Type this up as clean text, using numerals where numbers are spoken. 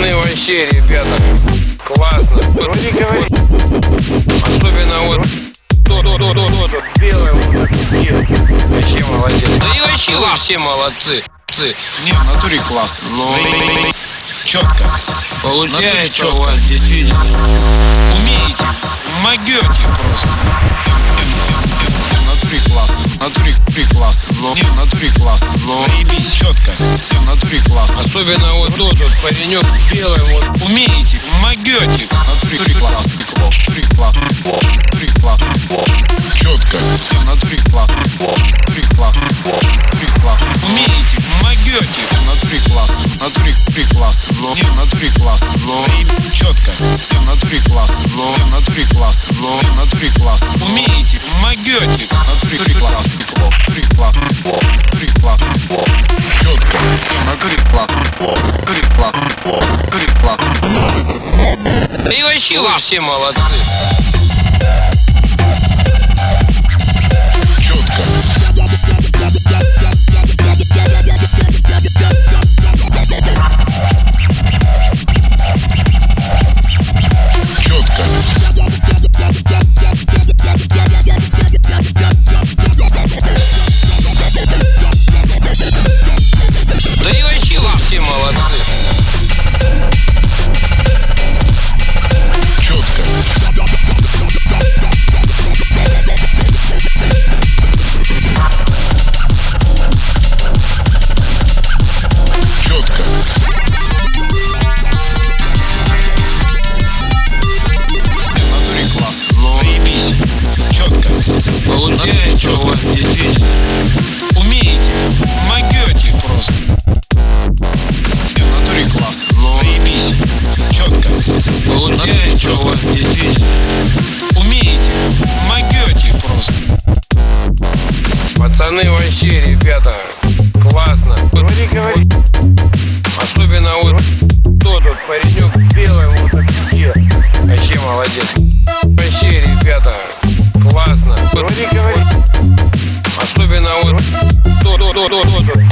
Пацаны, вообще, ребята, классно. Вроде говорит. Особенно вот тот белый вот вообще молодец. Да и вообще вы все молодцы. Не, в натуре классно. Но четко. Получается у вас действительно. Умеете, могете просто. В натуре классно. В натуре классно. Не, в натуре классно. Заебись, четко. В натуре классно. Особенно вот тот паренек белый вот. Умеете, могете. В натуре классно. В натуре классно. В натуре классно. Четко. В натуре классно. В натуре классно. В натуре классно. Умеете, могете. В натуре классно. В натуре классно. Не, в натуре классно. Четко. В натуре классно. В натуре классно. В натуре классно. Умеете, могете. В натуре классно. В натуре классно. В натуре классно. Четко. В натуре классно. В натуре классно. В натуре классно. Да и вообще вы все молодцы. Да и вообще вы все молодцы. Четко. Четко. В натуре класс. Заебись. Четко. Получается у вас действительно. Умеете, могете просто. В натуре класс. Заебись. Четко. Получается у вас действительно. Умеете, могете просто. Пацаны, вообще, ребята, классно. Вроде говорит. Особенно вот тот паренек белый вот вообще молодец. Вообще, ребята, классно. Вроде говорит. Особенно вот тот